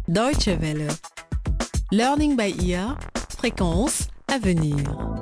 Deutsche Welle. Learning by ear. Fréquence à venir.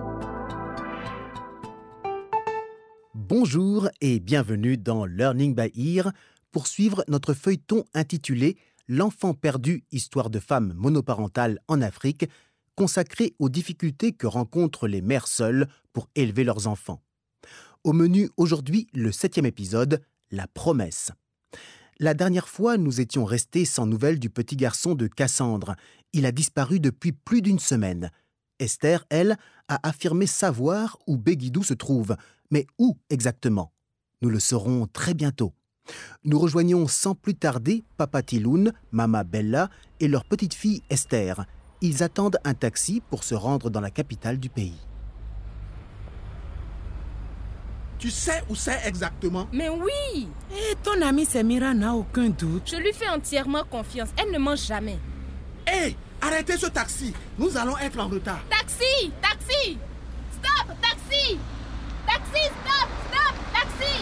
Bonjour et bienvenue dans Learning by ear pour suivre notre feuilleton intitulé L'enfant perdu, histoire de femmes monoparentales en Afrique, consacré aux difficultés que rencontrent les mères seules pour élever leurs enfants. Au menu aujourd'hui, le 7e épisode, La promesse. La dernière fois, nous étions restés sans nouvelles du petit garçon de Cassandre. Il a disparu depuis plus d'une semaine. Esther, elle, a affirmé savoir où Begidou se trouve. Mais où exactement? Nous le saurons très bientôt. Nous rejoignons sans plus tarder Papa Tiloun, Mama Bella et leur petite fille Esther. Ils attendent un taxi pour se rendre dans la capitale du pays. Tu sais où c'est exactement? Mais oui! Et ton amie Samira n'a aucun doute. Je lui fais entièrement confiance. Elle ne ment jamais. Hé, arrêtez ce taxi. Nous allons être en retard. Taxi! Taxi! Stop! Taxi! Taxi! Stop! Stop! Taxi!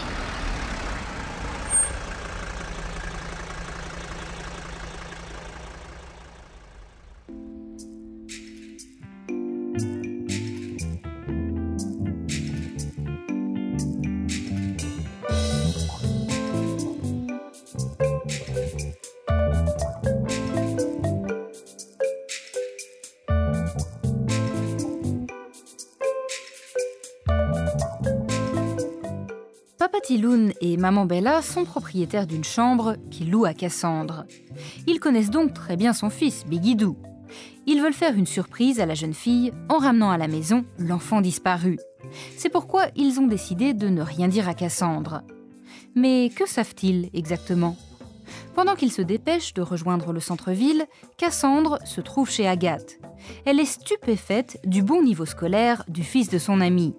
Papa Tiloun et Maman Bella sont propriétaires d'une chambre qu'ils louent à Cassandre. Ils connaissent donc très bien son fils, Begidou. Ils veulent faire une surprise à la jeune fille en ramenant à la maison l'enfant disparu. C'est pourquoi ils ont décidé de ne rien dire à Cassandre. Mais que savent-ils exactement? Pendant qu'ils se dépêchent de rejoindre le centre-ville, Cassandre se trouve chez Agathe. Elle est stupéfaite du bon niveau scolaire du fils de son amie.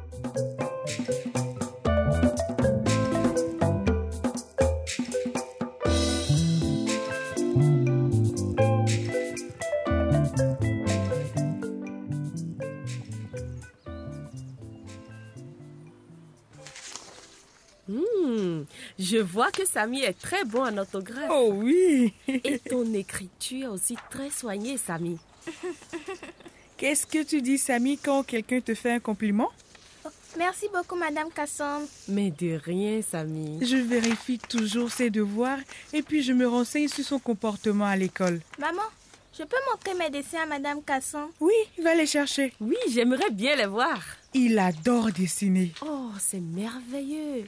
Je vois que Samy est très bon en orthographe. Oh oui! Et ton écriture est aussi très soignée, Samy. Qu'est-ce que tu dis, Samy, quand quelqu'un te fait un compliment? Merci beaucoup, Madame Cassandre. Mais de rien, Samy. Je vérifie toujours ses devoirs et puis je me renseigne sur son comportement à l'école. Maman, je peux montrer mes dessins à Madame Cassandre? Oui, va les chercher. Oui, j'aimerais bien les voir. Il adore dessiner. Oh, c'est merveilleux.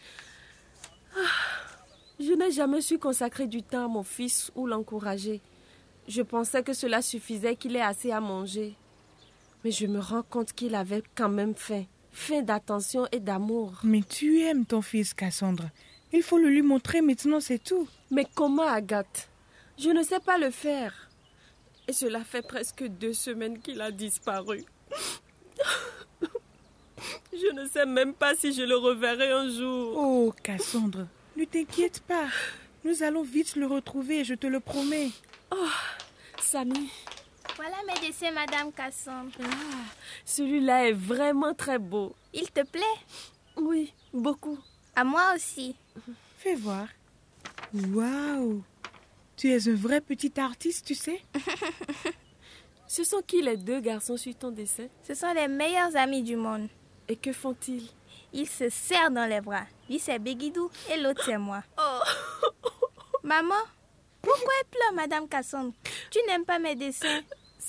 Je n'ai jamais su consacrer du temps à mon fils ou l'encourager. Je pensais que cela suffisait, qu'il ait assez à manger. Mais je me rends compte qu'il avait quand même faim. Faim d'attention et d'amour. Mais tu aimes ton fils, Cassandre. Il faut le lui montrer maintenant, c'est tout. Mais comment, Agathe? Je ne sais pas le faire. Et cela fait presque 2 semaines qu'il a disparu. Je ne sais même pas si je le reverrai un jour. Oh, Cassandre, ne t'inquiète pas. Nous allons vite le retrouver, je te le promets. Oh, Samy. Voilà mes dessins, Madame Cassandre. Celui-là est vraiment très beau. Il te plaît? Oui, beaucoup. À moi aussi. Fais voir. Waouh! Tu es un vrai petit artiste, tu sais? Ce sont qui les 2 garçons sur ton dessin? Ce sont les meilleurs amis du monde. Et que font-ils? Ils se serrent dans les bras. Lui, c'est Begidou et l'autre, c'est moi. Oh. Maman, pourquoi elle pleure, Madame Cassandre? Tu n'aimes pas mes dessins?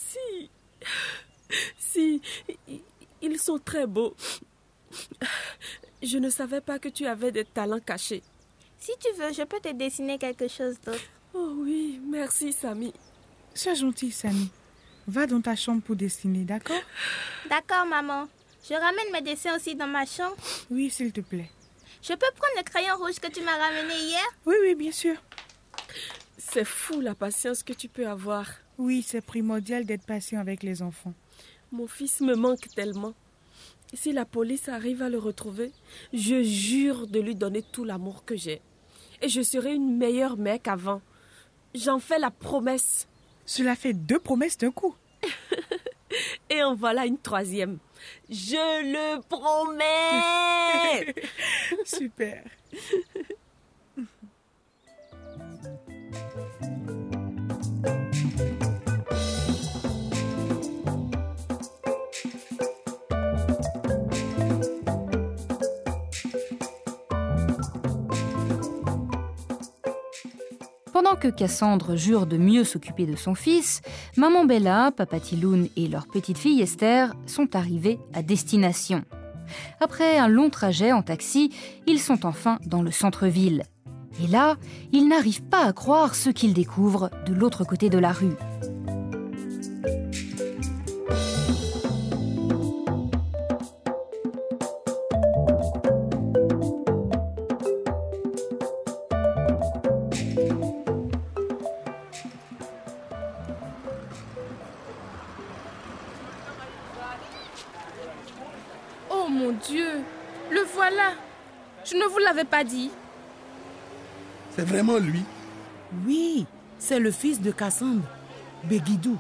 Si, ils sont très beaux. Je ne savais pas que tu avais des talents cachés. Si tu veux, je peux te dessiner quelque chose d'autre. Oh oui, merci, Samy. Sois gentil, Samy. Va dans ta chambre pour dessiner, d'accord? D'accord, maman. Je ramène mes dessins aussi dans ma chambre. Oui, s'il te plaît. Je peux prendre le crayon rouge que tu m'as ramené hier? Oui, bien sûr. C'est fou la patience que tu peux avoir. Oui, c'est primordial d'être patient avec les enfants. Mon fils me manque tellement. Si la police arrive à le retrouver, je jure de lui donner tout l'amour que j'ai. Et je serai une meilleure mère qu'avant. J'en fais la promesse. Cela fait 2 promesses d'un coup. Et en voilà une 3e. Je le promets. Super. Pendant que Cassandre jure de mieux s'occuper de son fils, maman Bella, papa Tiloun et leur petite fille Esther sont arrivés à destination. Après un long trajet en taxi, ils sont enfin dans le centre-ville. Et là, ils n'arrivent pas à croire ce qu'ils découvrent de l'autre côté de la rue. Oh mon Dieu, le voilà. Je ne vous l'avais pas dit. C'est vraiment lui. Oui, c'est le fils de Cassandre, Beguidou.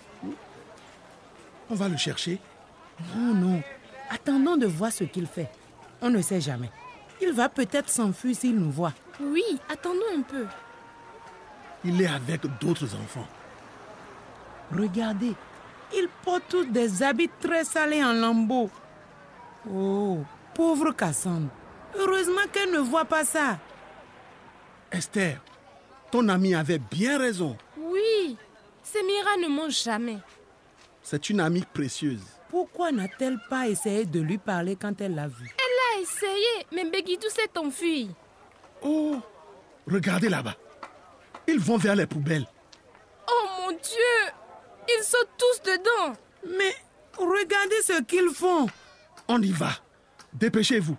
On va le chercher. Non. Attendons de voir ce qu'il fait. On ne sait jamais. Il va peut-être s'enfuir s'il nous voit. Oui, attendons un peu. Il est avec d'autres enfants. Regardez, ils portent tous des habits très salés en lambeaux. Oh, pauvre Cassandre. Heureusement qu'elle ne voit pas ça. Esther, ton ami avait bien raison. Oui, Semira ne mange jamais. C'est une amie précieuse. Pourquoi n'a-t-elle pas essayé de lui parler quand elle l'a vu? Elle a essayé, mais Beguidou s'est enfui. Oh, regardez là-bas. Ils vont vers les poubelles. Oh mon Dieu, ils sautent tous dedans. Mais regardez ce qu'ils font. On y va. Dépêchez-vous.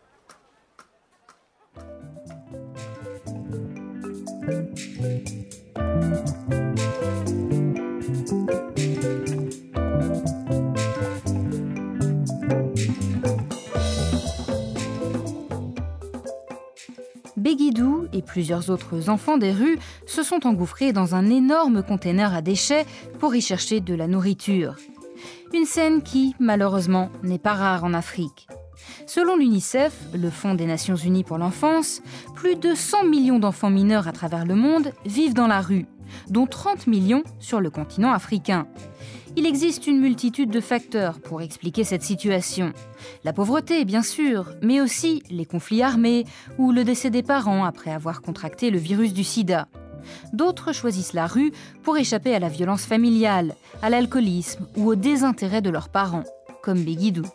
Beguidou et plusieurs autres enfants des rues se sont engouffrés dans un énorme conteneur à déchets pour y chercher de la nourriture. Une scène qui, malheureusement, n'est pas rare en Afrique. Selon l'UNICEF, le Fonds des Nations Unies pour l'enfance, plus de 100 millions d'enfants mineurs à travers le monde vivent dans la rue, dont 30 millions sur le continent africain. Il existe une multitude de facteurs pour expliquer cette situation. La pauvreté, bien sûr, mais aussi les conflits armés ou le décès des parents après avoir contracté le virus du sida. D'autres choisissent la rue pour échapper à la violence familiale, à l'alcoolisme ou au désintérêt de leurs parents, comme Beguidou.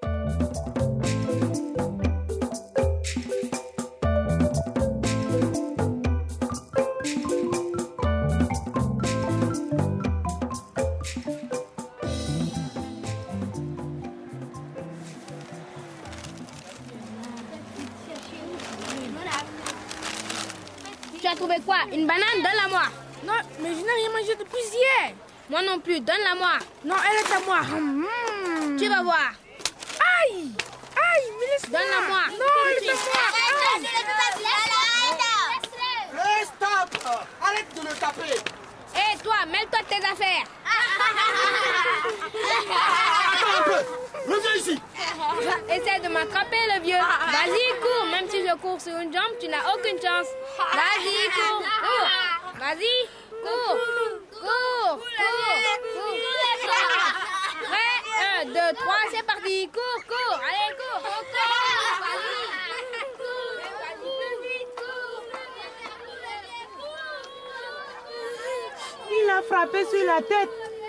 Tu as trouvé quoi? Une banane? Donne-la-moi. Non, mais je n'ai rien mangé depuis hier. Moi non plus, donne-la-moi. Non, elle est à moi. Tu vas voir. Aïe, mais laisse-moi. Donne-la-moi. Non, elle est à moi. Hey, stop! Arrête de le taper! Hé, toi, mêle-toi de tes affaires. Attends un peu! Reviens ici! Essaie de m'attraper, le vieux. Vas-y, cours. Même si je cours sur une jambe, tu n'as aucune chance. Vas-y, cours. Cours. Vas-y, cours. Cours. Prêt? 1, 2, 3, c'est parti. Cours. Allez, cours. Il a frappé sur la tête.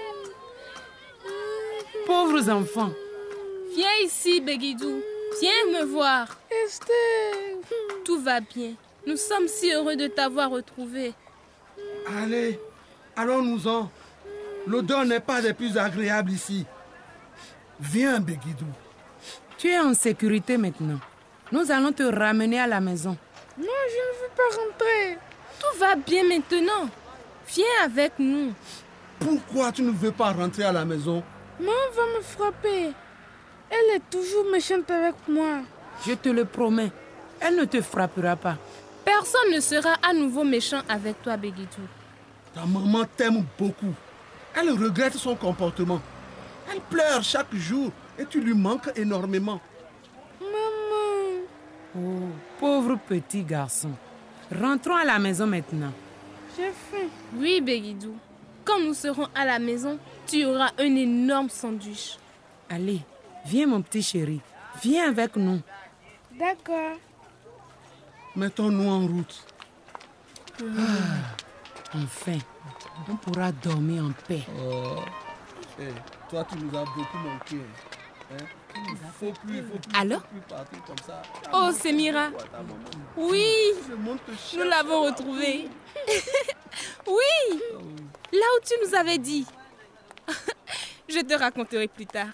Pauvres enfants. Viens ici, Beguidou. Viens me voir. Esther. Tout va bien. Nous sommes si heureux de t'avoir retrouvé. Allez, allons-nous-en. L'odeur n'est pas des plus agréables ici. Viens, Beguidou. Tu es en sécurité maintenant. Nous allons te ramener à la maison. Non, je ne veux pas rentrer. Tout va bien maintenant. Viens avec nous. Pourquoi tu ne veux pas rentrer à la maison? Maman va me frapper. Elle est toujours méchante avec moi. Je te le promets. Elle ne te frappera pas. Personne ne sera à nouveau méchant avec toi, Beguidou. Ta maman t'aime beaucoup. Elle regrette son comportement. Elle pleure chaque jour et tu lui manques énormément. Maman. Oh, pauvre petit garçon. Rentrons à la maison maintenant. J'ai faim. Oui, Beguidou. Quand nous serons à la maison, tu auras un énorme sandwich. Allez, viens mon petit chéri. Viens avec nous. D'accord. Mettons-nous en route. Enfin, on pourra dormir en paix. Toi, tu nous as beaucoup manqué. Hein? Il faut plus Alors? partir comme ça. Oh, Semira. Oui, nous l'avons retrouvé. Oui, là où tu nous avais dit. Je te raconterai plus tard.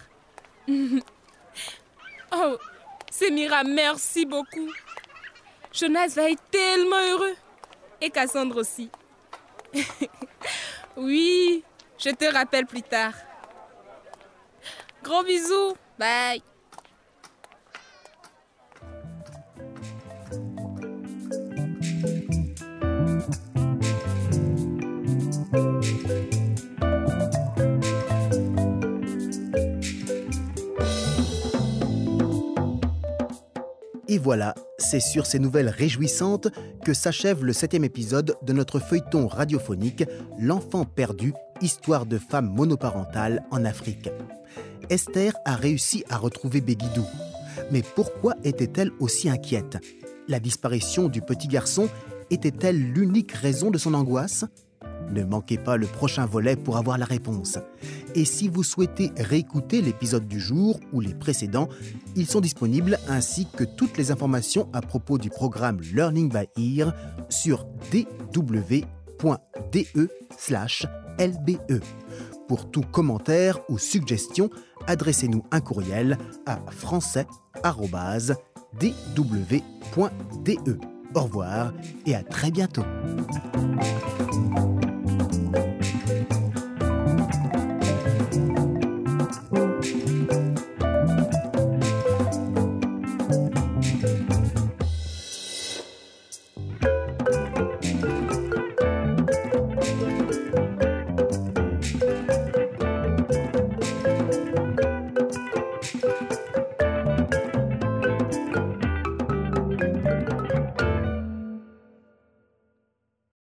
Oh, Semira, merci beaucoup. Jonas va être tellement heureux. Et Cassandre aussi. Oui, je te rappelle plus tard. Gros bisous. Bye. Et voilà, c'est sur ces nouvelles réjouissantes que s'achève le 7e épisode de notre feuilleton radiophonique « L'enfant perdu, histoire de femme monoparentale en Afrique ». Esther a réussi à retrouver Béguidou. Mais pourquoi était-elle aussi inquiète? La disparition du petit garçon était-elle l'unique raison de son angoisse? Ne manquez pas le prochain volet pour avoir la réponse. Et si vous souhaitez réécouter l'épisode du jour ou les précédents, ils sont disponibles ainsi que toutes les informations à propos du programme Learning by Ear sur dw.de/lbe. Pour tout commentaire ou suggestion, adressez-nous un courriel à français@dw.de. Au revoir et à très bientôt.